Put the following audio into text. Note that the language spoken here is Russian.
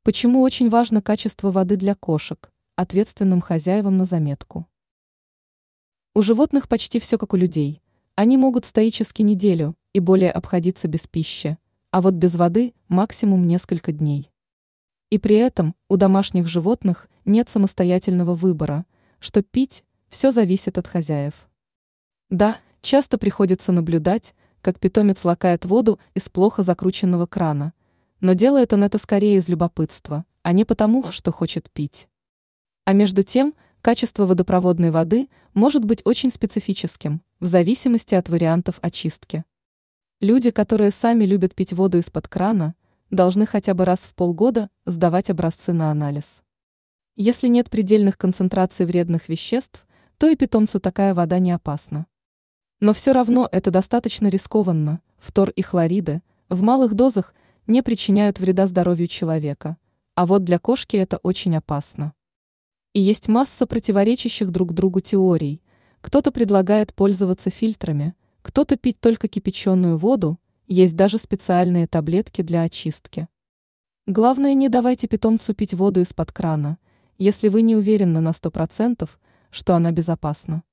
Почему очень важно качество воды для кошек? Ответственным хозяевам на заметку. У животных почти все как у людей. Они могут стоически неделю и более обходиться без пищи, а вот без воды максимум несколько дней. И при этом у домашних животных нет самостоятельного выбора, что пить, все зависит от хозяев. Да, часто приходится наблюдать, как питомец лакает воду из плохо закрученного крана, но делает он это скорее из любопытства, а не потому, что хочет пить. А между тем, качество водопроводной воды может быть очень специфическим, в зависимости от вариантов очистки. Люди, которые сами любят пить воду из-под крана, должны хотя бы раз в полгода сдавать образцы на анализ. Если нет предельных концентраций вредных веществ, то и питомцу такая вода не опасна. Но все равно это достаточно рискованно, фтор и хлориды в малых дозах не причиняют вреда здоровью человека, а вот для кошки это очень опасно. И есть масса противоречащих друг другу теорий. Кто-то предлагает пользоваться фильтрами, кто-то пить только кипяченую воду, есть даже специальные таблетки для очистки. Главное, не давайте питомцу пить воду из-под крана, если вы не уверены на 100%, что она безопасна.